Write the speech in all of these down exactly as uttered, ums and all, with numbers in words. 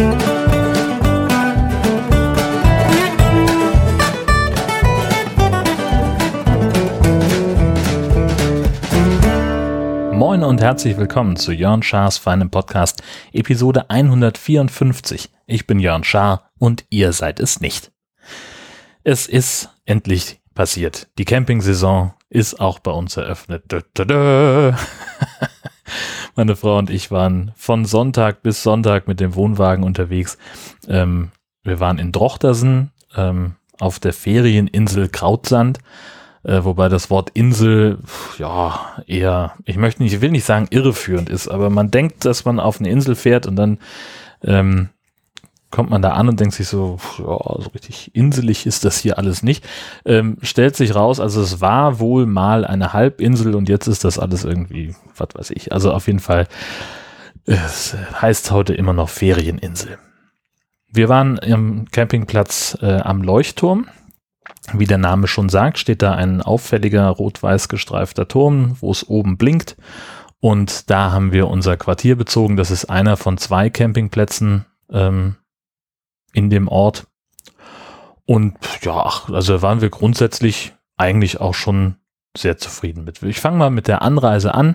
Moin und herzlich willkommen zu Jörn Schars feinem Podcast, Episode hundertvierundfünfzig. Ich bin Jörn Schaar und ihr seid es nicht. Es ist endlich passiert. Die Campingsaison ist auch bei uns eröffnet. Dö, dö, dö. Meine Frau und ich waren von Sonntag bis Sonntag mit dem Wohnwagen unterwegs. Ähm, wir waren in Drochtersen ähm, auf der Ferieninsel Krautsand. Äh, wobei das Wort Insel, ja, eher, ich möchte nicht, ich will nicht sagen irreführend ist, aber man denkt, dass man auf eine Insel fährt und dann ähm, kommt man da an und denkt sich so, ja, so richtig inselig ist das hier alles nicht. Ähm, stellt sich raus, also es war wohl mal eine Halbinsel und jetzt ist das alles irgendwie, was weiß ich. Also auf jeden Fall, es heißt heute immer noch Ferieninsel. Wir waren am Campingplatz äh, am Leuchtturm. Wie der Name schon sagt, steht da ein auffälliger rot-weiß gestreifter Turm, wo es oben blinkt. Und da haben wir unser Quartier bezogen. Das ist einer von zwei Campingplätzen ähm, in dem Ort. Und ja, ach, also waren wir grundsätzlich eigentlich auch schon sehr zufrieden mit. Ich fange mal mit der Anreise an.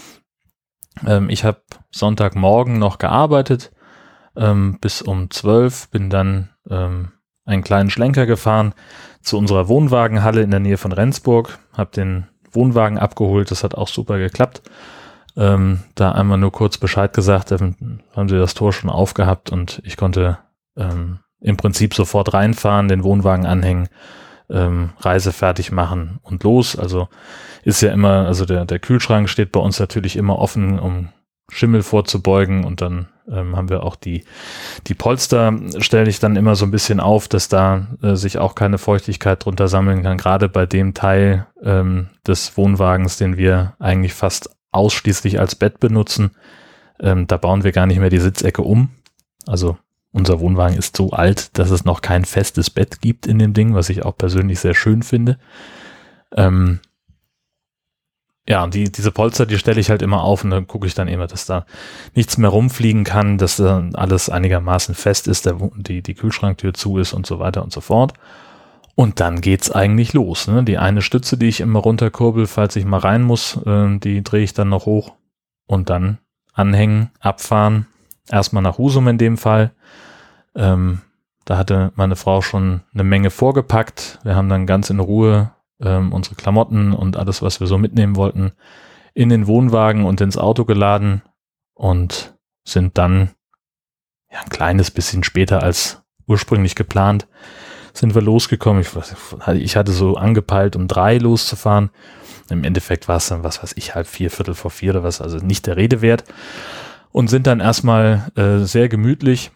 Ähm, ich habe Sonntagmorgen noch gearbeitet ähm, bis um zwölf, bin dann ähm, einen kleinen Schlenker gefahren zu unserer Wohnwagenhalle in der Nähe von Rendsburg, habe den Wohnwagen abgeholt, das hat auch super geklappt. Ähm, da einmal nur kurz Bescheid gesagt, dann haben sie das Tor schon aufgehabt und ich konnte ähm, im Prinzip sofort reinfahren, den Wohnwagen anhängen, ähm, Reise fertig machen und los. Also ist ja immer, also der, der Kühlschrank steht bei uns natürlich immer offen, um Schimmel vorzubeugen und dann ähm, haben wir auch die die Polster, stelle ich dann immer so ein bisschen auf, dass da äh, sich auch keine Feuchtigkeit drunter sammeln kann, gerade bei dem Teil ähm, des Wohnwagens, den wir eigentlich fast ausschließlich als Bett benutzen. Ähm, da bauen wir gar nicht mehr die Sitzecke um. Also unser Wohnwagen ist so alt, dass es noch kein festes Bett gibt in dem Ding, was ich auch persönlich sehr schön finde. Ähm, Ja, und die, diese Polster, die stelle ich halt immer auf und dann gucke ich dann immer, dass da nichts mehr rumfliegen kann, dass da alles einigermaßen fest ist, der, die, die Kühlschranktür zu ist und so weiter und so fort. Und dann geht's eigentlich los. Ne? Die eine Stütze, die ich immer runterkurbel, falls ich mal rein muss, äh, die drehe ich dann noch hoch und dann anhängen, abfahren. Erstmal nach Husum in dem Fall. Ähm, da hatte meine Frau schon eine Menge vorgepackt. Wir haben dann ganz in Ruhe Ähm, unsere Klamotten und alles, was wir so mitnehmen wollten, in den Wohnwagen und ins Auto geladen und sind dann ja, ein kleines bisschen später als ursprünglich geplant, sind wir losgekommen. Ich, ich hatte so angepeilt, um drei loszufahren. Im Endeffekt war es dann, was weiß ich, halb vier, viertel vor vier oder was, also nicht der Rede wert. Und sind dann erstmal äh, sehr gemütlich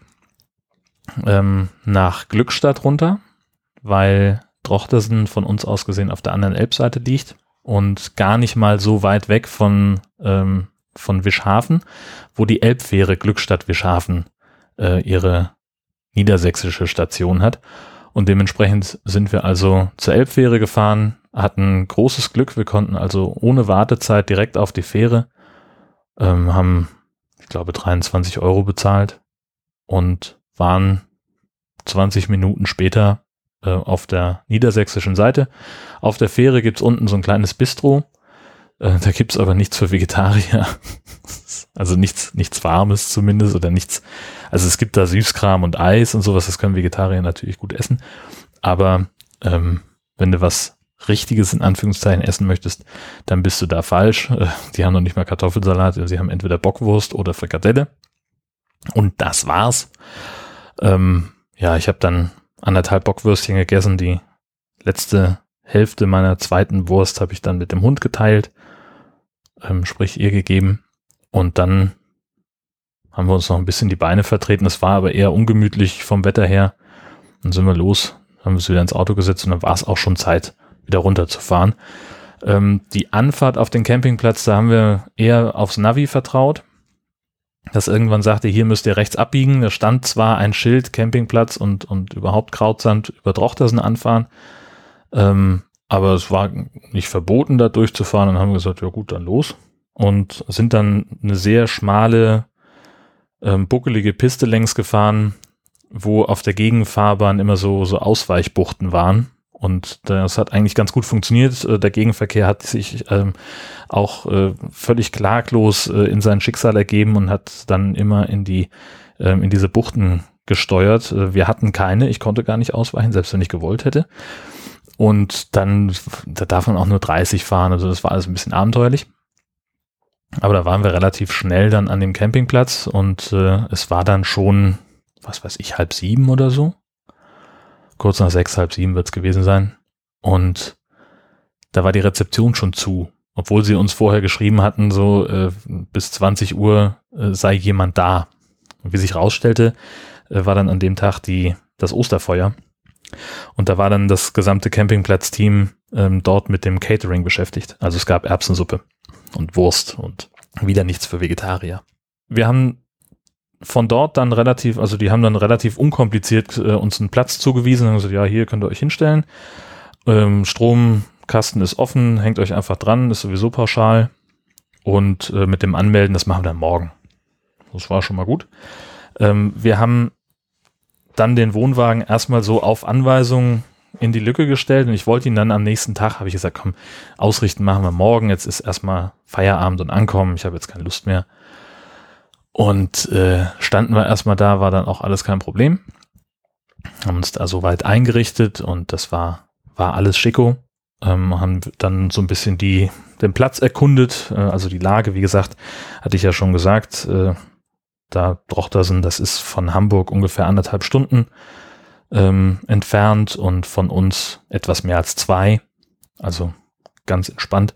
ähm, nach Glückstadt runter, weil Drochtersen von uns aus gesehen auf der anderen Elbseite liegt und gar nicht mal so weit weg von, ähm, von Wischhafen, wo die Elbfähre Glückstadt-Wischhafen äh, ihre niedersächsische Station hat. Und dementsprechend sind wir also zur Elbfähre gefahren, hatten großes Glück, wir konnten also ohne Wartezeit direkt auf die Fähre, ähm, haben, ich glaube, dreiundzwanzig Euro bezahlt und waren zwanzig Minuten später auf der niedersächsischen Seite. Auf der Fähre gibt's unten so ein kleines Bistro. Äh, da gibt's aber nichts für Vegetarier. Also nichts, nichts Warmes zumindest oder nichts. Also es gibt da Süßkram und Eis und sowas. Das können Vegetarier natürlich gut essen. Aber ähm, wenn du was Richtiges in Anführungszeichen essen möchtest, dann bist du da falsch. Äh, die haben noch nicht mal Kartoffelsalat. Sie haben entweder Bockwurst oder Frikadelle. Und das war's. Ähm, ja, ich habe dann anderthalb Bockwürstchen gegessen. Die letzte Hälfte meiner zweiten Wurst habe ich dann mit dem Hund geteilt, ähm, sprich ihr gegeben. Und dann haben wir uns noch ein bisschen die Beine vertreten. Es war aber eher ungemütlich vom Wetter her. Dann sind wir los, haben wir uns wieder ins Auto gesetzt und dann war es auch schon Zeit, wieder runterzufahren. Ähm, die Anfahrt auf den Campingplatz, da haben wir eher aufs Navi vertraut, das irgendwann sagte, hier müsst ihr rechts abbiegen. Da stand zwar ein Schild, Campingplatz und, und überhaupt Krautsand über Drochtersen anfahren, ähm, aber es war nicht verboten, da durchzufahren. Dann haben wir gesagt, ja gut, dann los. Und sind dann eine sehr schmale ähm, buckelige Piste längs gefahren, wo auf der Gegenfahrbahn immer so, so Ausweichbuchten waren. Und das hat eigentlich ganz gut funktioniert. Der Gegenverkehr hat sich ähm, auch äh, völlig klaglos äh, in sein Schicksal ergeben und hat dann immer in die äh, in diese Buchten gesteuert. Wir hatten keine, ich konnte gar nicht ausweichen, selbst wenn ich gewollt hätte. Und dann, da darf man auch nur dreißig fahren, also das war alles ein bisschen abenteuerlich. Aber da waren wir relativ schnell dann an dem Campingplatz und äh, es war dann schon, was weiß ich, halb sieben oder so. Kurz nach sechs, halb sieben wird es gewesen sein. Und da war die Rezeption schon zu, obwohl sie uns vorher geschrieben hatten, so äh, bis zwanzig Uhr äh, sei jemand da. Und wie sich rausstellte, äh, war dann an dem Tag die das Osterfeuer. Und da war dann das gesamte Campingplatzteam ähm, dort mit dem Catering beschäftigt. Also es gab Erbsensuppe und Wurst und wieder nichts für Vegetarier. Wir haben von dort dann relativ, also die haben dann relativ unkompliziert äh, uns einen Platz zugewiesen und gesagt, ja, hier könnt ihr euch hinstellen. Ähm, Stromkasten ist offen, hängt euch einfach dran, ist sowieso pauschal. Und äh, mit dem Anmelden, das machen wir dann morgen. Das war schon mal gut. Ähm, wir haben dann den Wohnwagen erstmal so auf Anweisung in die Lücke gestellt und ich wollte ihn dann am nächsten Tag, habe ich gesagt, komm, ausrichten machen wir morgen, jetzt ist erstmal Feierabend und Ankommen, ich habe jetzt keine Lust mehr. Und äh, standen wir erstmal da, war dann auch alles kein Problem. Haben uns da soweit eingerichtet und das war, war alles schicko. Ähm, haben dann so ein bisschen die, den Platz erkundet, äh, also die Lage, wie gesagt, hatte ich ja schon gesagt, äh, da Drochtersen, das ist von Hamburg ungefähr anderthalb Stunden ähm, entfernt und von uns etwas mehr als zwei, also ganz entspannt.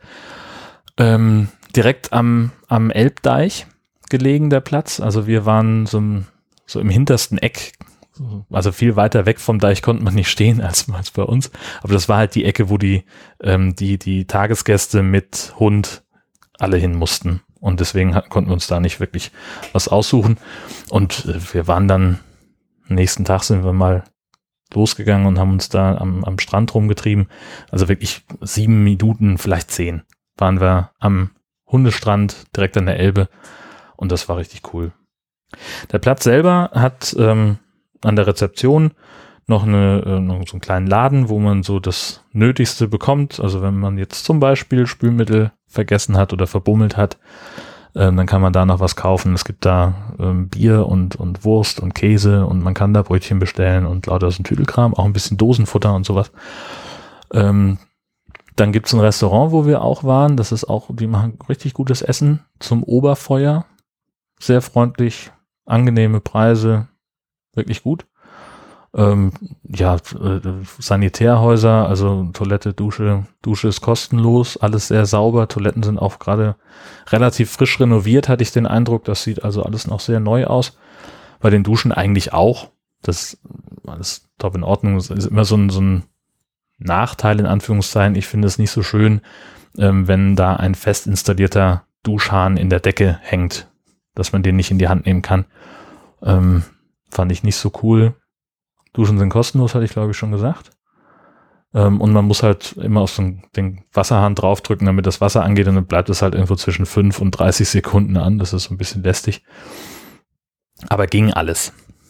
Ähm, direkt am, am Elbdeich gelegen der Platz, also wir waren so im, so im hintersten Eck, also viel weiter weg vom Deich konnte man nicht stehen als, als bei uns, aber das war halt die Ecke, wo die, ähm, die, die Tagesgäste mit Hund alle hin mussten. Und deswegen hat, konnten wir uns da nicht wirklich was aussuchen. Und äh, wir waren dann, nächsten Tag sind wir mal losgegangen und haben uns da am, am Strand rumgetrieben. Also wirklich sieben Minuten, vielleicht zehn, waren wir am Hundestrand direkt an der Elbe. Und das war richtig cool. Der Platz selber hat ähm, an der Rezeption noch, eine, äh, noch so einen kleinen Laden, wo man so das Nötigste bekommt. Also wenn man jetzt zum Beispiel Spülmittel vergessen hat oder verbummelt hat, ähm, dann kann man da noch was kaufen. Es gibt da ähm, Bier und, und Wurst und Käse und man kann da Brötchen bestellen und lauter so ein Tüdelkram, auch ein bisschen Dosenfutter und sowas. Ähm, dann gibt's ein Restaurant, wo wir auch waren. Das ist auch, die machen richtig gutes Essen zum Oberfeuer. Sehr freundlich, angenehme Preise, wirklich gut. Ähm, ja, äh, Sanitärhäuser, also Toilette, Dusche, Dusche ist kostenlos, alles sehr sauber, Toiletten sind auch gerade relativ frisch renoviert, hatte ich den Eindruck, das sieht also alles noch sehr neu aus. Bei den Duschen eigentlich auch, das alles top in Ordnung, das ist immer so ein, so ein Nachteil in Anführungszeichen, ich finde es nicht so schön, ähm, wenn da ein fest installierter Duschhahn in der Decke hängt, dass man den nicht in die Hand nehmen kann. Ähm, fand ich nicht so cool. Duschen sind kostenlos, hatte ich glaube ich schon gesagt. Ähm, und man muss halt immer auf so einen, den Wasserhahn draufdrücken, damit das Wasser angeht und dann bleibt es halt irgendwo zwischen fünf und dreißig Sekunden an. Das ist so ein bisschen lästig. Aber ging alles.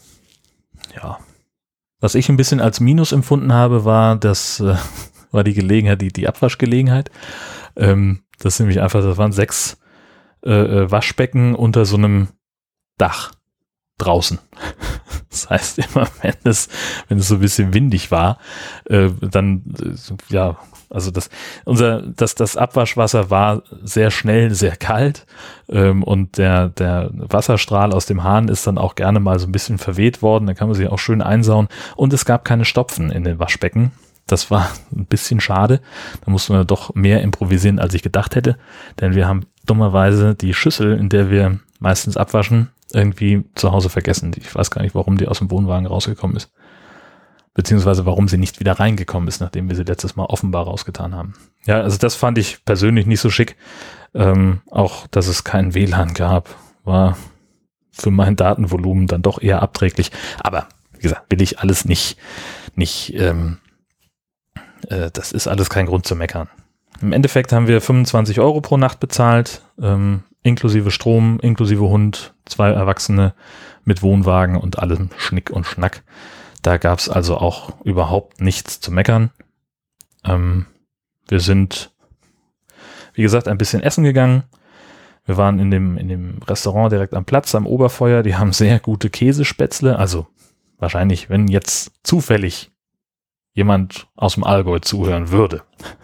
Ja. Was ich ein bisschen als Minus empfunden habe, war das, äh, war die Gelegenheit, die, die Abwaschgelegenheit. Ähm, das ist nämlich einfach, das waren sechs äh, Waschbecken unter so einem Dach draußen. Das heißt, immer wenn es, wenn es so ein bisschen windig war, äh, dann, äh, ja, also das, unser, das, das Abwaschwasser war sehr schnell, sehr kalt, ähm, und der, der Wasserstrahl aus dem Hahn ist dann auch gerne mal so ein bisschen verweht worden, da kann man sich auch schön einsauen und es gab keine Stopfen in den Waschbecken. Das war ein bisschen schade. Da musste man doch mehr improvisieren, als ich gedacht hätte, denn wir haben dummerweise die Schüssel, in der wir meistens abwaschen, irgendwie zu Hause vergessen. Ich weiß gar nicht, warum die aus dem Wohnwagen rausgekommen ist. Beziehungsweise warum sie nicht wieder reingekommen ist, nachdem wir sie letztes Mal offenbar rausgetan haben. Ja, also das fand ich persönlich nicht so schick. Ähm, auch, dass es kein W L A N gab, war für mein Datenvolumen dann doch eher abträglich. Aber wie gesagt, will ich alles nicht, nicht, ähm, äh, das ist alles kein Grund zu meckern. Im Endeffekt haben wir fünfundzwanzig Euro pro Nacht bezahlt, ähm, inklusive Strom, inklusive Hund, zwei Erwachsene mit Wohnwagen und allem Schnick und Schnack. Da gab es also auch überhaupt nichts zu meckern. Ähm, wir sind, wie gesagt, ein bisschen essen gegangen. Wir waren in dem, in dem Restaurant direkt am Platz, am Oberfeuer. Die haben sehr gute Käsespätzle. Also wahrscheinlich, wenn jetzt zufällig jemand aus dem Allgäu zuhören würde,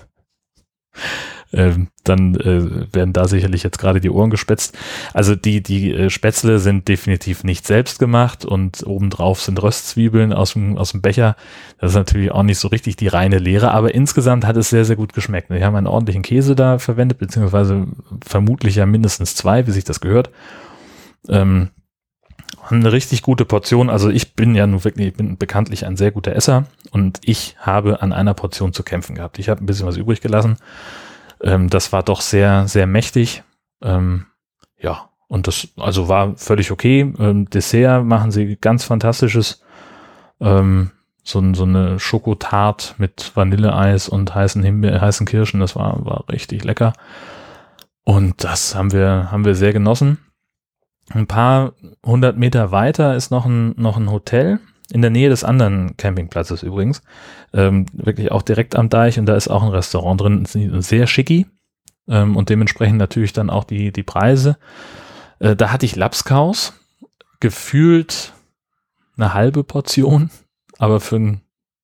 ähm, dann äh, werden da sicherlich jetzt gerade die Ohren gespetzt. Also die, die äh, Spätzle sind definitiv nicht selbst gemacht und obendrauf sind Röstzwiebeln aus dem, aus dem Becher. Das ist natürlich auch nicht so richtig die reine Lehre, aber insgesamt hat es sehr, sehr gut geschmeckt. Wir haben einen ordentlichen Käse da verwendet, beziehungsweise vermutlich ja mindestens zwei, wie sich das gehört. Ähm, eine richtig gute Portion. Also ich bin ja nun wirklich, ich bin bekanntlich ein sehr guter Esser und ich habe an einer Portion zu kämpfen gehabt. Ich habe ein bisschen was übrig gelassen. Ähm, das war doch sehr, sehr mächtig. Ähm, ja, und das also war völlig okay. Ähm, Dessert machen sie ganz fantastisches. Ähm, so, so eine Schokotart mit Vanilleeis und heißen Himbeer, heißen Kirschen. Das war, war richtig lecker. Und das haben wir, haben wir sehr genossen. Ein paar hundert Meter weiter ist noch ein, noch ein Hotel. In der Nähe des anderen Campingplatzes übrigens. Ähm, wirklich auch direkt am Deich und da ist auch ein Restaurant drin. Sehr schicki. Ähm, und dementsprechend natürlich dann auch die, die Preise. Äh, da hatte ich Labskaus. Gefühlt eine halbe Portion, aber für ein,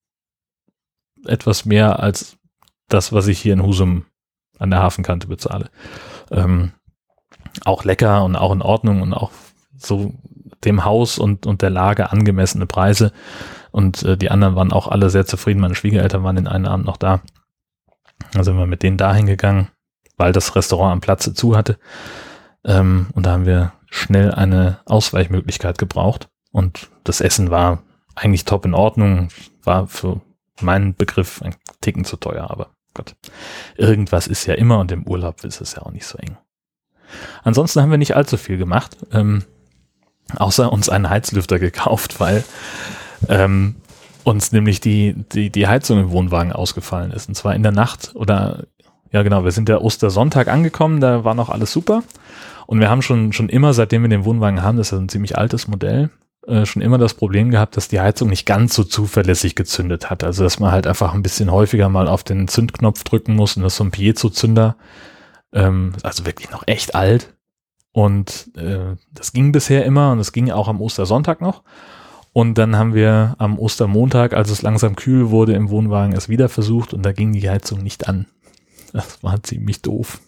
etwas mehr als das, was ich hier in Husum an der Hafenkante bezahle. Ähm, auch lecker und auch in Ordnung und auch so dem Haus und, und der Lage angemessene Preise. Und äh, die anderen waren auch alle sehr zufrieden. Meine Schwiegereltern waren den einen Abend noch da. Da sind wir mit denen dahin gegangen, weil das Restaurant am Platze zu hatte. Ähm, und da haben wir schnell eine Ausweichmöglichkeit gebraucht. Und das Essen war eigentlich top in Ordnung. War für meinen Begriff ein Ticken zu teuer, aber Gott. Irgendwas ist ja immer und im Urlaub ist es ja auch nicht so eng. Ansonsten haben wir nicht allzu viel gemacht. Ähm, außer uns einen Heizlüfter gekauft, weil ähm, uns nämlich die, die, die Heizung im Wohnwagen ausgefallen ist. Und zwar in der Nacht oder, ja genau, wir sind ja Ostersonntag angekommen, da war noch alles super. Und wir haben schon, schon immer, seitdem wir den Wohnwagen haben, das ist ein ziemlich altes Modell, äh, schon immer das Problem gehabt, dass die Heizung nicht ganz so zuverlässig gezündet hat. Also dass man halt einfach ein bisschen häufiger mal auf den Zündknopf drücken muss und das ist so ein Piezo-Zünder, ähm, also wirklich noch echt alt. Und äh, das ging bisher immer und es ging auch am Ostersonntag noch. Und dann haben wir am Ostermontag, als es langsam kühl wurde im Wohnwagen, es wieder versucht und da ging die Heizung nicht an. Das war ziemlich doof.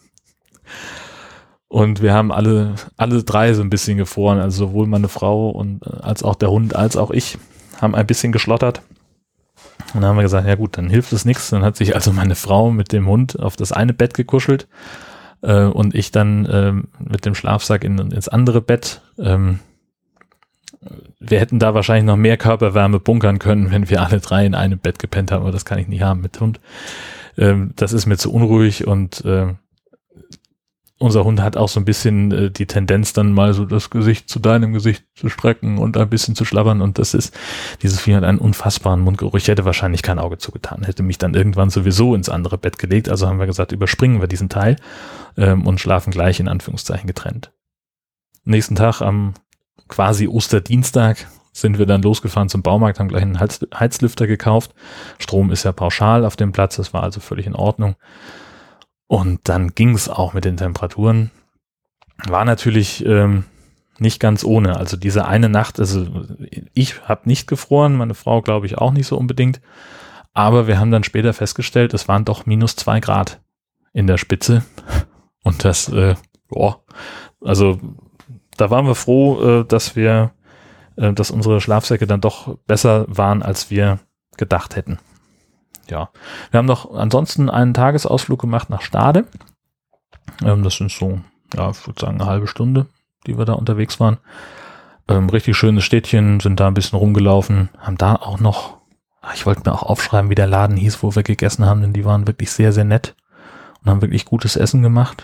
Und wir haben alle, alle drei so ein bisschen gefroren, also sowohl meine Frau und als auch der Hund, als auch ich, haben ein bisschen geschlottert. Und dann haben wir gesagt, ja gut, dann hilft es nichts. Dann hat sich also meine Frau mit dem Hund auf das eine Bett gekuschelt äh, und ich dann äh, mit dem Schlafsack in, ins andere Bett. Ähm, wir hätten da wahrscheinlich noch mehr Körperwärme bunkern können, wenn wir alle drei in einem Bett gepennt haben, aber das kann ich nicht haben mit Hund. Ähm, das ist mir zu unruhig und äh, unser Hund hat auch so ein bisschen äh, die Tendenz, dann mal so das Gesicht zu deinem Gesicht zu strecken und ein bisschen zu schlabbern und das ist, dieses Vieh hat einen unfassbaren Mundgeruch. Ich hätte wahrscheinlich kein Auge zugetan, hätte mich dann irgendwann sowieso ins andere Bett gelegt, also haben wir gesagt, überspringen wir diesen Teil ähm, und schlafen gleich in Anführungszeichen getrennt. Nächsten Tag am quasi Osterdienstag sind wir dann losgefahren zum Baumarkt, haben gleich einen Heiz- Heizlüfter gekauft. Strom ist ja pauschal auf dem Platz, das war also völlig in Ordnung. Und dann ging es auch mit den Temperaturen. War natürlich ähm, nicht ganz ohne. Also diese eine Nacht, also ich habe nicht gefroren, meine Frau glaube ich auch nicht so unbedingt. Aber wir haben dann später festgestellt, es waren doch minus zwei Grad in der Spitze. Und das, äh, boah, also da waren wir froh, äh, dass wir, äh, dass unsere Schlafsäcke dann doch besser waren, als wir gedacht hätten. Ja, wir haben noch ansonsten einen Tagesausflug gemacht nach Stade. Ähm, das sind so, ja, ich würde sagen, eine halbe Stunde, die wir da unterwegs waren. Ähm, richtig schönes Städtchen, sind da ein bisschen rumgelaufen, haben da auch noch, ich wollte mir auch aufschreiben, wie der Laden hieß, wo wir gegessen haben, denn die waren wirklich sehr, sehr nett und haben wirklich gutes Essen gemacht.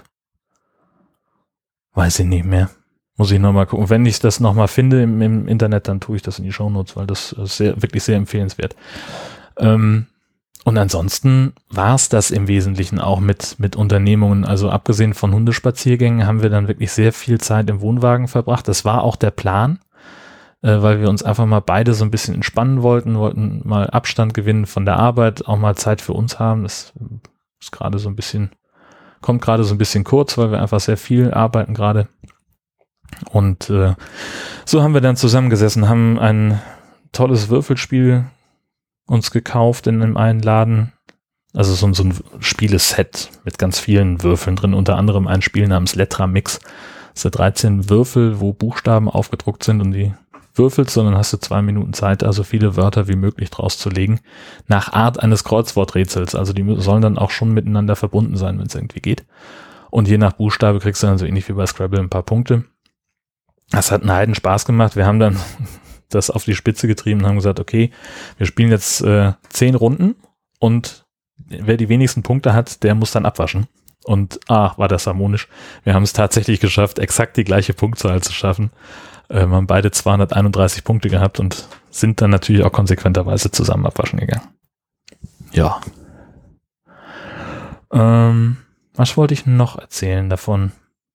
Weiß ich nicht mehr. Muss ich nochmal gucken. Wenn ich das nochmal finde im, im Internet, dann tue ich das in die Shownotes, weil das ist sehr, wirklich sehr empfehlenswert. Ähm, und ansonsten war es das im Wesentlichen auch mit, mit Unternehmungen. Also abgesehen von Hundespaziergängen haben wir dann wirklich sehr viel Zeit im Wohnwagen verbracht. Das war auch der Plan, äh, weil wir uns einfach mal beide so ein bisschen entspannen wollten, wollten mal Abstand gewinnen von der Arbeit, auch mal Zeit für uns haben. Das ist gerade so ein bisschen, kommt gerade so ein bisschen kurz, weil wir einfach sehr viel arbeiten gerade. Und äh, so haben wir dann zusammengesessen, haben ein tolles Würfelspiel uns gekauft in einem einen Laden. Also so, so ein Spieleset mit ganz vielen Würfeln drin, unter anderem ein Spiel namens Lettra Mix. Das sind dreizehn Würfel, wo Buchstaben aufgedruckt sind und die würfelst, sondern hast du zwei Minuten Zeit, also viele Wörter wie möglich draus zu legen, nach Art eines Kreuzworträtsels. Also die sollen dann auch schon miteinander verbunden sein, wenn es irgendwie geht. Und je nach Buchstabe kriegst du dann so ähnlich wie bei Scrabble ein paar Punkte. Das hat einen Heiden Spaß gemacht. Wir haben dann das auf die Spitze getrieben und haben gesagt, okay, wir spielen jetzt äh, zehn Runden und wer die wenigsten Punkte hat, der muss dann abwaschen. Und ah, war das harmonisch. Wir haben es tatsächlich geschafft, exakt die gleiche Punktzahl zu schaffen. Äh, wir haben beide zweihunderteinunddreißig Punkte gehabt und sind dann natürlich auch konsequenterweise zusammen abwaschen gegangen. Ja. Ähm, was wollte ich noch erzählen davon?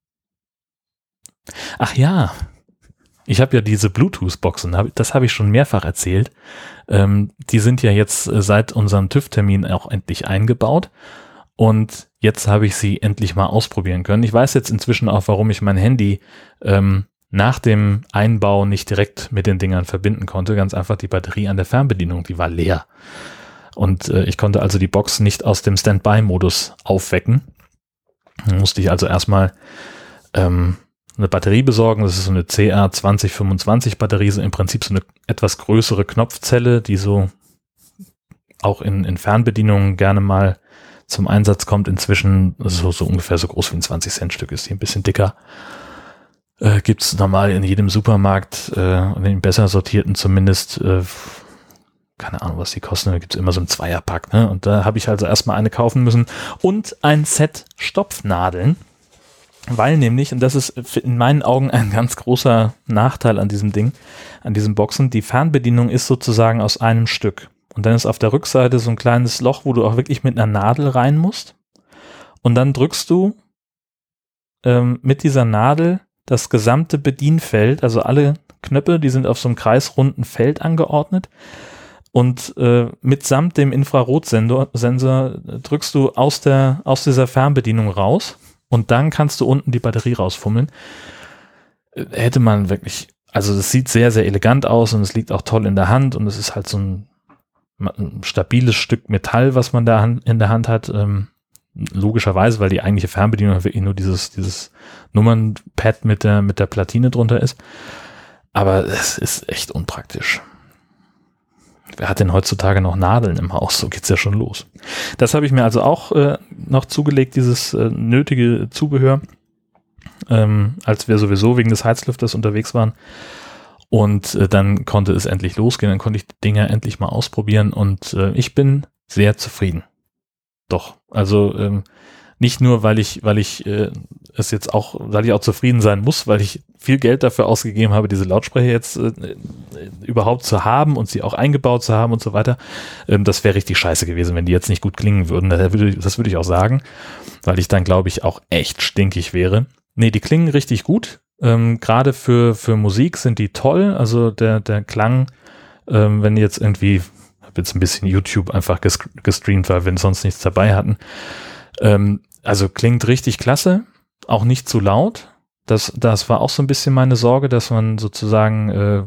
Ach ja, ich habe ja diese Bluetooth-Boxen, das habe ich schon mehrfach erzählt. Ähm, die sind ja jetzt seit unserem TÜV-Termin auch endlich eingebaut und jetzt habe ich sie endlich mal ausprobieren können. Ich weiß jetzt inzwischen auch, warum ich mein Handy ähm, nach dem Einbau nicht direkt mit den Dingern verbinden konnte. Ganz einfach die Batterie an der Fernbedienung, die war leer. Und äh, ich konnte also die Box nicht aus dem Standby-Modus aufwecken. Dann musste ich also erstmal ähm, eine Batterie besorgen. Das ist so eine C R zwanzig fünfundzwanzig Batterie, so im Prinzip so eine etwas größere Knopfzelle, die so auch in, in Fernbedienungen gerne mal zum Einsatz kommt. Inzwischen so, so ungefähr so groß wie ein zwanzig Cent Stück ist, die ein bisschen dicker. Äh, gibt es normal in jedem Supermarkt, äh, in den besser sortierten zumindest, äh, keine Ahnung, was die kosten, da gibt es immer so einen Zweierpack, ne? Und da habe ich also erstmal eine kaufen müssen und ein Set Stopfnadeln. Weil nämlich, und das ist in meinen Augen ein ganz großer Nachteil an diesem Ding, an diesen Boxen, die Fernbedienung ist sozusagen aus einem Stück. Und dann ist auf der Rückseite so ein kleines Loch, wo du auch wirklich mit einer Nadel rein musst. Und dann drückst du ähm, mit dieser Nadel das gesamte Bedienfeld, also alle Knöpfe, die sind auf so einem kreisrunden Feld angeordnet. Und äh, mitsamt dem Infrarotsensor Sensor drückst du aus der aus dieser Fernbedienung raus. Und dann kannst du unten die Batterie rausfummeln. Hätte man wirklich, also es sieht sehr, sehr elegant aus und es liegt auch toll in der Hand und es ist halt so ein, ein stabiles Stück Metall, was man da in der Hand hat. Ähm, logischerweise, weil die eigentliche Fernbedienung wirklich nur dieses, dieses Nummernpad mit der, mit der Platine drunter ist. Aber es ist echt unpraktisch. Wer hat denn heutzutage noch Nadeln im Haus? So geht's ja schon los. Das habe ich mir also auch äh, noch zugelegt, dieses äh, nötige Zubehör, ähm, als wir sowieso wegen des Heizlüfters unterwegs waren. Und äh, dann konnte es endlich losgehen, dann konnte ich die Dinger endlich mal ausprobieren und äh, ich bin sehr zufrieden. Doch, also ähm, nicht nur, weil ich, weil ich äh, es jetzt auch, weil ich auch zufrieden sein muss, weil ich viel Geld dafür ausgegeben habe, diese Lautsprecher jetzt äh, überhaupt zu haben und sie auch eingebaut zu haben und so weiter. Ähm, das wäre richtig scheiße gewesen, wenn die jetzt nicht gut klingen würden. Das würde, das würde ich auch sagen, weil ich dann, glaube ich, auch echt stinkig wäre. Nee, die klingen richtig gut. Ähm, gerade für, für Musik sind die toll. Also der, der Klang, ähm, wenn jetzt irgendwie, ich habe jetzt ein bisschen YouTube einfach ges- gestreamt, weil wir sonst nichts dabei hatten. Ähm, also klingt richtig klasse, auch nicht zu laut. Das, das war auch so ein bisschen meine Sorge, dass man sozusagen äh,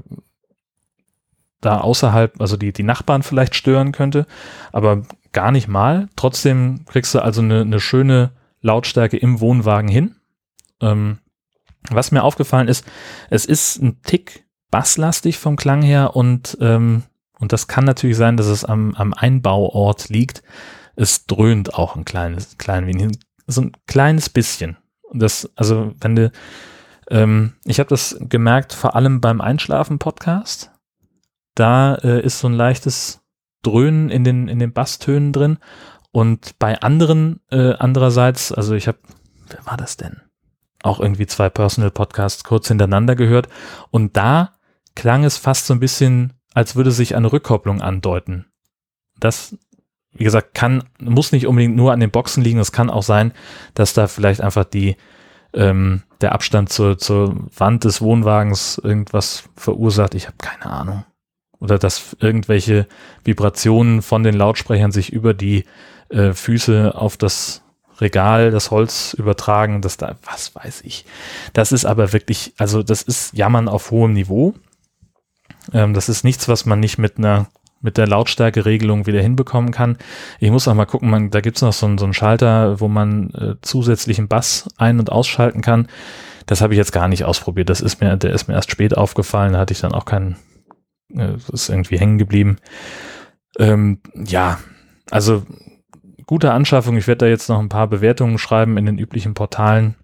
da außerhalb, also die, die Nachbarn vielleicht stören könnte, aber gar nicht mal. Trotzdem kriegst du also eine, eine schöne Lautstärke im Wohnwagen hin. Ähm, was mir aufgefallen ist, es ist ein Tick basslastig vom Klang her und, ähm, und das kann natürlich sein, dass es am, am Einbauort liegt. Es dröhnt auch ein kleines, klein wenig, so ein kleines bisschen. Das, also wenn du, ähm, ich habe das gemerkt, vor allem beim Einschlafen-Podcast, da äh, ist so ein leichtes Dröhnen in den in den Basstönen drin und bei anderen äh, andererseits, also ich habe, wer war das denn? Auch irgendwie zwei Personal-Podcasts kurz hintereinander gehört und da klang es fast so ein bisschen, als würde sich eine Rückkopplung andeuten. Das wie gesagt, kann, muss nicht unbedingt nur an den Boxen liegen. Es kann auch sein, dass da vielleicht einfach die, ähm, der Abstand zur, zur Wand des Wohnwagens irgendwas verursacht. Ich habe keine Ahnung. Oder dass irgendwelche Vibrationen von den Lautsprechern sich über die äh, Füße auf das Regal, das Holz übertragen. Das da, was weiß ich. Das ist aber wirklich, also das ist Jammern auf hohem Niveau. Ähm, das ist nichts, was man nicht mit einer mit der Lautstärkeregelung wieder hinbekommen kann. Ich muss auch mal gucken, man, da gibt's noch so, einen, so einen Schalter, wo man äh, zusätzlichen Bass ein- und ausschalten kann. Das habe ich jetzt gar nicht ausprobiert. Das ist mir, der ist mir erst spät aufgefallen, da hatte ich dann auch keinen, äh, ist irgendwie hängen geblieben. Ähm, ja, also gute Anschaffung. Ich werde da jetzt noch ein paar Bewertungen schreiben in den üblichen Portalen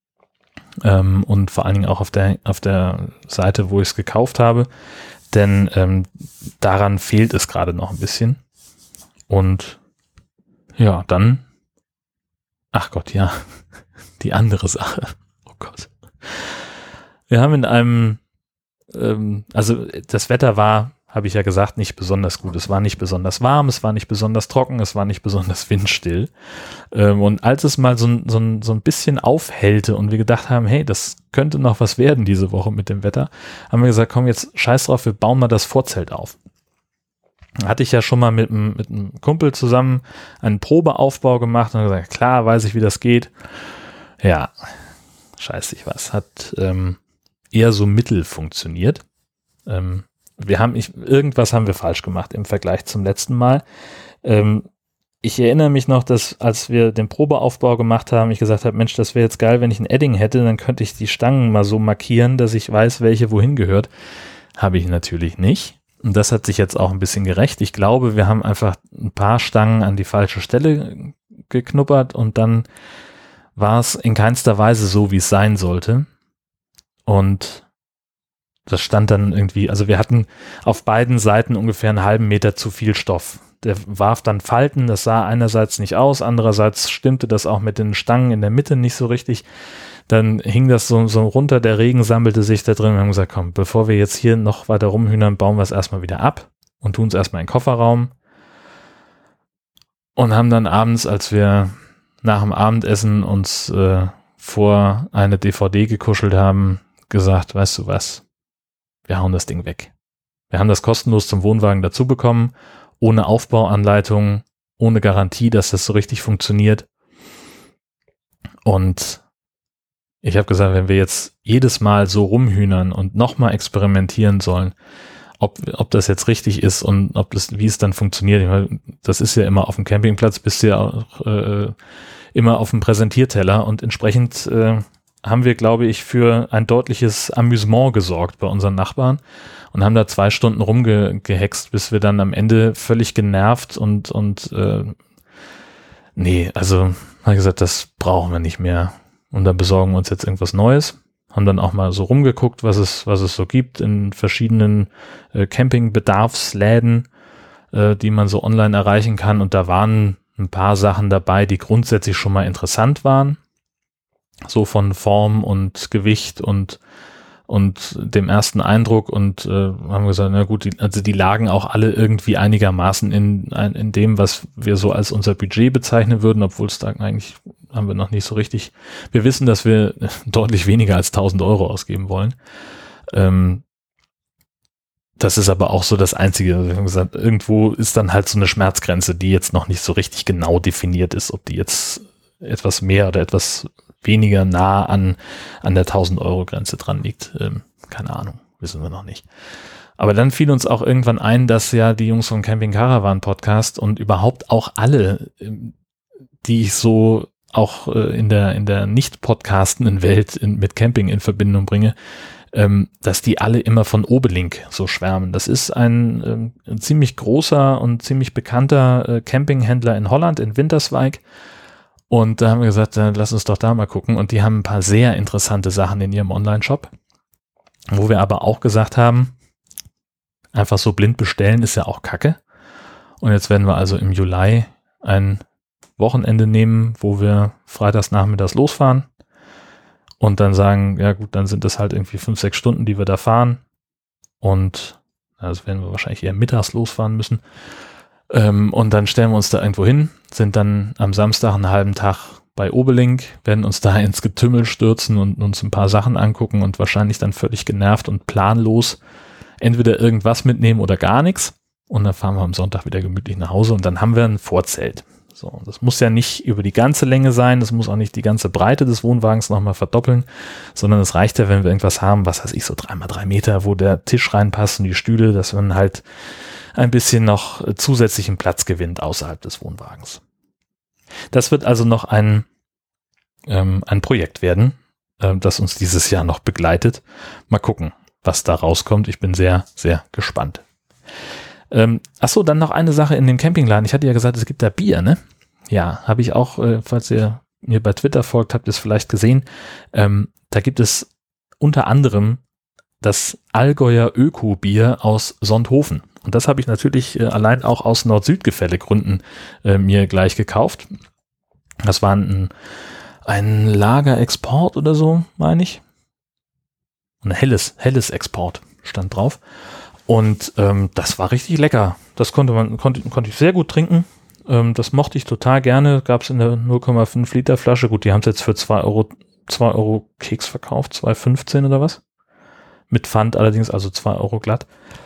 ähm, und vor allen Dingen auch auf der, auf der Seite, wo ich es gekauft habe. Denn ähm, daran fehlt es gerade noch ein bisschen. Und ja, dann, ach Gott, ja, die andere Sache. Oh Gott. Wir haben in einem, ähm, also das Wetter war, habe ich ja gesagt, nicht besonders gut. Es war nicht besonders warm, es war nicht besonders trocken, es war nicht besonders windstill. Ähm, und als es mal so, so, so ein bisschen aufhellte und wir gedacht haben, hey, das könnte noch was werden diese Woche mit dem Wetter, haben wir gesagt, komm, jetzt scheiß drauf, wir bauen mal das Vorzelt auf. Hatte ich ja schon mal mit, mit einem Kumpel zusammen einen Probeaufbau gemacht und gesagt, klar, weiß ich, wie das geht. Ja, scheiß ich was. Hat ähm, eher so mittel funktioniert. Ähm, Wir haben, ich, irgendwas haben wir falsch gemacht im Vergleich zum letzten Mal. Ähm, ich erinnere mich noch, dass als wir den Probeaufbau gemacht haben, ich gesagt habe, Mensch, das wäre jetzt geil, wenn ich ein Edding hätte, dann könnte ich die Stangen mal so markieren, dass ich weiß, welche wohin gehört. Habe ich natürlich nicht. Und das hat sich jetzt auch ein bisschen gerecht. Ich glaube, wir haben einfach ein paar Stangen an die falsche Stelle geknuppert und dann war es in keinster Weise so, wie es sein sollte. Und das stand dann irgendwie, also wir hatten auf beiden Seiten ungefähr einen halben Meter zu viel Stoff. Der warf dann Falten, das sah einerseits nicht aus, andererseits stimmte das auch mit den Stangen in der Mitte nicht so richtig. Dann hing das so, so runter, der Regen sammelte sich da drin. Wir haben gesagt, komm, bevor wir jetzt hier noch weiter rumhühnern, bauen wir es erstmal wieder ab und tun es erstmal in den Kofferraum. Und haben dann abends, als wir nach dem Abendessen uns äh, vor eine D V D gekuschelt haben, gesagt, weißt du was, wir hauen das Ding weg. Wir haben das kostenlos zum Wohnwagen dazu bekommen, ohne Aufbauanleitung, ohne Garantie, dass das so richtig funktioniert. Und ich habe gesagt, wenn wir jetzt jedes Mal so rumhühnern und nochmal experimentieren sollen, ob, ob das jetzt richtig ist und ob das, wie es dann funktioniert. Ich meine, das ist ja immer auf dem Campingplatz, bist du ja auch äh, immer auf dem Präsentierteller und entsprechend äh, haben wir, glaube ich, für ein deutliches Amüsement gesorgt bei unseren Nachbarn und haben da zwei Stunden rumgehext, bis wir dann am Ende völlig genervt und, und äh, nee, also habe ich gesagt, das brauchen wir nicht mehr. Und dann besorgen wir uns jetzt irgendwas Neues. Haben dann auch mal so rumgeguckt, was es, was es so gibt in verschiedenen äh, Campingbedarfsläden, äh, die man so online erreichen kann. Und da waren ein paar Sachen dabei, die grundsätzlich schon mal interessant waren. So von Form und Gewicht und und dem ersten Eindruck und äh, haben gesagt, na gut, die, also die lagen auch alle irgendwie einigermaßen in in dem, was wir so als unser Budget bezeichnen würden, obwohl es da eigentlich haben wir noch nicht so richtig. Wir wissen, dass wir deutlich weniger als tausend Euro ausgeben wollen. Ähm, das ist aber auch so das Einzige. Also wir haben gesagt, irgendwo ist dann halt so eine Schmerzgrenze, die jetzt noch nicht so richtig genau definiert ist, ob die jetzt etwas mehr oder etwas weniger nah an, an der tausend-Euro-Grenze dran liegt. Ähm, keine Ahnung, wissen wir noch nicht. Aber dann fiel uns auch irgendwann ein, dass ja die Jungs vom Camping Caravan Podcast und überhaupt auch alle, die ich so auch äh, in der, in der nicht podcastenden Welt in, mit Camping in Verbindung bringe, ähm, dass die alle immer von Obelink so schwärmen. Das ist ein, ähm, ein ziemlich großer und ziemlich bekannter äh, Campinghändler in Holland, in Winterswijk. Und da haben wir gesagt, äh, lass uns doch da mal gucken. Und die haben ein paar sehr interessante Sachen in ihrem Online-Shop, wo wir aber auch gesagt haben, einfach so blind bestellen ist ja auch Kacke. Und jetzt werden wir also im Juli ein Wochenende nehmen, wo wir freitags nachmittags losfahren und dann sagen, ja gut, dann sind das halt irgendwie fünf, sechs Stunden, die wir da fahren. Und also werden wir wahrscheinlich eher mittags losfahren müssen. Ähm, und dann stellen wir uns da irgendwo hin, sind dann am Samstag einen halben Tag bei Obelink, werden uns da ins Getümmel stürzen und uns ein paar Sachen angucken und wahrscheinlich dann völlig genervt und planlos entweder irgendwas mitnehmen oder gar nichts. Und dann fahren wir am Sonntag wieder gemütlich nach Hause und dann haben wir ein Vorzelt. So, das muss ja nicht über die ganze Länge sein, das muss auch nicht die ganze Breite des Wohnwagens nochmal verdoppeln, sondern es reicht ja, wenn wir irgendwas haben, was weiß ich, so drei mal drei Meter, wo der Tisch reinpasst und die Stühle, dass man halt ein bisschen noch zusätzlichen Platz gewinnt außerhalb des Wohnwagens. Das wird also noch ein, ähm, ein Projekt werden, äh, das uns dieses Jahr noch begleitet. Mal gucken, was da rauskommt. Ich bin sehr, sehr gespannt. Ähm, achso, dann noch eine Sache in dem Campingladen. Ich hatte ja gesagt, es gibt da Bier, ne? Ja, habe ich auch, äh, falls ihr mir bei Twitter folgt, habt ihr es vielleicht gesehen. Ähm, da gibt es unter anderem das Allgäuer Öko-Bier aus Sonthofen. Und das habe ich natürlich äh, allein auch aus Nord-Süd-Gefälle-Gründen äh, mir gleich gekauft. Das war ein, ein Lagerexport oder so, meine ich. Ein helles, helles Export stand drauf. Und ähm, das war richtig lecker. Das konnte man konnte, konnte ich sehr gut trinken. Ähm, das mochte ich total gerne. Gab es in der null Komma fünf Liter Flasche. Gut, die haben es jetzt für zwei Euro Keks verkauft, zwei fünfzehn oder was? Mit Pfand allerdings, also zwei Euro glatt.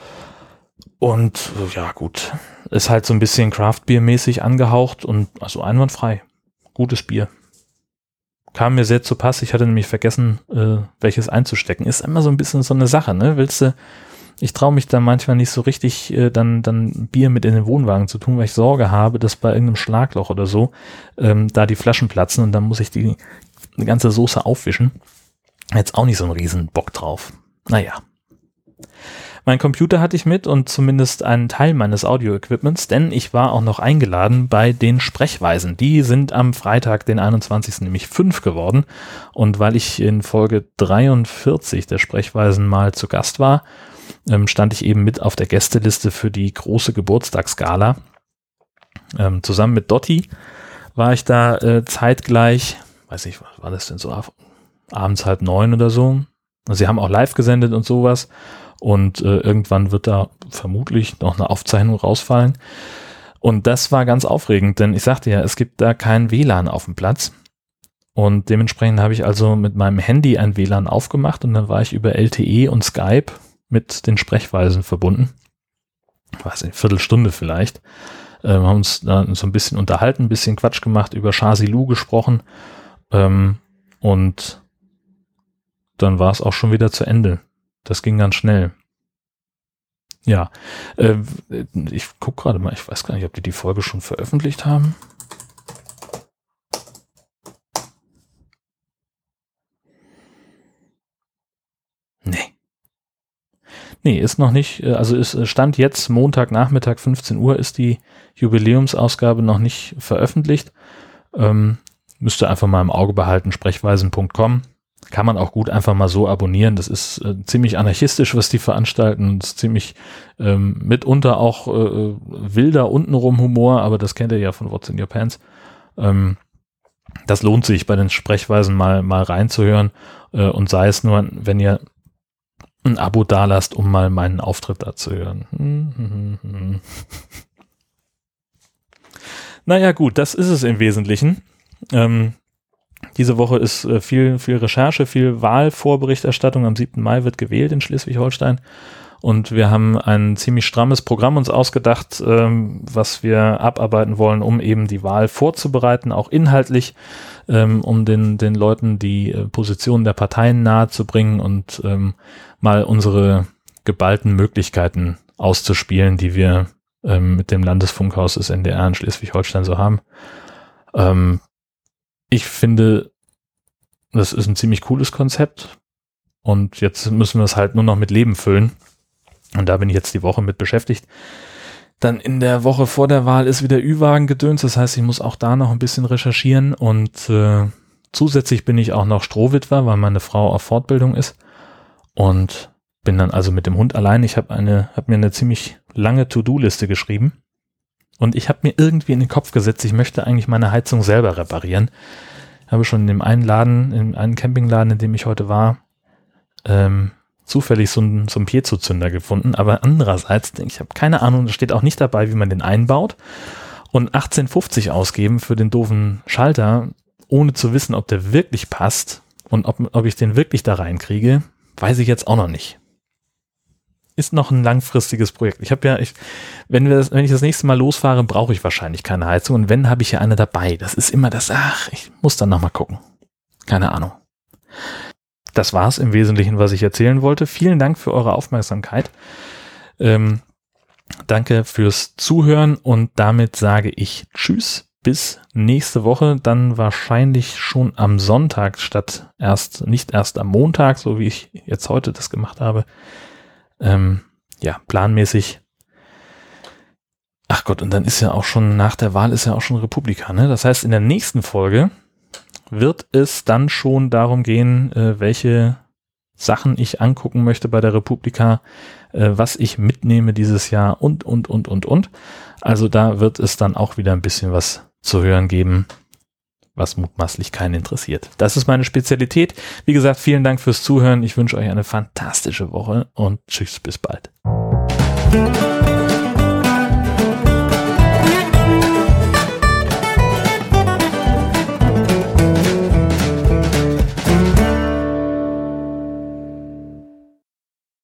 Und ja gut, ist halt so ein bisschen Craft-Bier-mäßig angehaucht und also einwandfrei. Gutes Bier. Kam mir sehr zu Pass. Ich hatte nämlich vergessen, äh, welches einzustecken. Ist immer so ein bisschen so eine Sache, ne? Willst du, ich traue mich da manchmal nicht so richtig, äh, dann, dann Bier mit in den Wohnwagen zu tun, weil ich Sorge habe, dass bei irgendeinem Schlagloch oder so ähm, da die Flaschen platzen und dann muss ich die, die ganze Soße aufwischen. Jetzt auch nicht so einen riesen Bock drauf. Naja. Mein Computer hatte ich mit und zumindest einen Teil meines Audio-Equipments, denn ich war auch noch eingeladen bei den Sprechweisen. Die sind am Freitag, den einundzwanzigsten nämlich fünf geworden. Und weil ich in Folge dreiundvierzig der Sprechweisen mal zu Gast war, ähm, stand ich eben mit auf der Gästeliste für die große Geburtstagsgala. Ähm, zusammen mit Dotti war ich da äh, zeitgleich, weiß nicht, was war das denn so, abends halb neun oder so. Also sie haben auch live gesendet und sowas. Und äh, irgendwann wird da vermutlich noch eine Aufzeichnung rausfallen. Und das war ganz aufregend, denn ich sagte ja, es gibt da kein W L A N auf dem Platz. Und dementsprechend habe ich also mit meinem Handy ein W L A N aufgemacht und dann war ich über L T E und Skype mit den Sprechweisen verbunden. Ich weiß nicht, eine Viertelstunde vielleicht. Äh, wir haben uns da so ein bisschen unterhalten, ein bisschen Quatsch gemacht, über Shazilou gesprochen. Ähm, und dann war es auch schon wieder zu Ende. Das ging ganz schnell. Ja, äh, ich gucke gerade mal, ich weiß gar nicht, ob die die Folge schon veröffentlicht haben. Nee. Nee, ist noch nicht, also es stand jetzt Montagnachmittag fünfzehn Uhr, ist die Jubiläumsausgabe noch nicht veröffentlicht. Ähm, müsst ihr einfach mal im Auge behalten, sprechweisen punkt com. Kann man auch gut einfach mal so abonnieren. Das ist äh, ziemlich anarchistisch, was die veranstalten. Und ist ziemlich ähm, mitunter auch äh, wilder untenrum Humor, aber das kennt ihr ja von What's in Your Pants. Ähm, das lohnt sich, bei den Sprechweisen mal, mal reinzuhören. Äh, und sei es nur, wenn ihr ein Abo dalasst, um mal meinen Auftritt da zu hören. Hm, hm, hm, hm. Naja gut, das ist es im Wesentlichen. Ähm, Diese Woche ist äh, viel, viel Recherche, viel Wahlvorberichterstattung. Am siebten Mai wird gewählt in Schleswig-Holstein. Und wir haben ein ziemlich strammes Programm uns ausgedacht, ähm, was wir abarbeiten wollen, um eben die Wahl vorzubereiten, auch inhaltlich, ähm, um den, den Leuten die äh, Positionen der Parteien nahe zu bringen und ähm, mal unsere geballten Möglichkeiten auszuspielen, die wir ähm, mit dem Landesfunkhaus des N D R in Schleswig-Holstein so haben. Ähm, Ich finde, das ist ein ziemlich cooles Konzept und jetzt müssen wir es halt nur noch mit Leben füllen und da bin ich jetzt die Woche mit beschäftigt. Dann in der Woche vor der Wahl ist wieder Ü-Wagen-Gedöns, das heißt, ich muss auch da noch ein bisschen recherchieren und äh, zusätzlich bin ich auch noch Strohwitwer, weil meine Frau auf Fortbildung ist und bin dann also mit dem Hund allein. Ich habe eine, habe mir eine ziemlich lange To-Do-Liste geschrieben. Und ich habe mir irgendwie in den Kopf gesetzt, ich möchte eigentlich meine Heizung selber reparieren. Ich habe schon in dem einen Laden, in einem Campingladen, in dem ich heute war, ähm, zufällig so einen, so einen Piezo-Zünder gefunden, aber andererseits, ich habe keine Ahnung, da steht auch nicht dabei, wie man den einbaut, und achtzehn fünfzig ausgeben für den doofen Schalter, ohne zu wissen, ob der wirklich passt und ob, ob ich den wirklich da reinkriege, weiß ich jetzt auch noch nicht. Ist noch ein langfristiges Projekt. Ich habe ja, ich, wenn wir das, wenn ich das nächste Mal losfahre, brauche ich wahrscheinlich keine Heizung, und wenn, habe ich ja eine dabei. Das ist immer das, ach, ich muss dann nochmal gucken. Keine Ahnung. Das war's im Wesentlichen, was ich erzählen wollte. Vielen Dank für eure Aufmerksamkeit. Ähm, danke fürs Zuhören, und damit sage ich Tschüss, bis nächste Woche, dann wahrscheinlich schon am Sonntag statt erst, nicht erst am Montag, so wie ich jetzt heute das gemacht habe. Ähm, ja, planmäßig. Ach Gott, und dann ist ja auch schon, nach der Wahl ist ja auch schon Republika, ne? Das heißt, in der nächsten Folge wird es dann schon darum gehen, äh, welche Sachen ich angucken möchte bei der Republika, äh, was ich mitnehme dieses Jahr und, und, und, und, und. Also da wird es dann auch wieder ein bisschen was zu hören geben, was mutmaßlich keinen interessiert. Das ist meine Spezialität. Wie gesagt, vielen Dank fürs Zuhören. Ich wünsche euch eine fantastische Woche und tschüss, bis bald.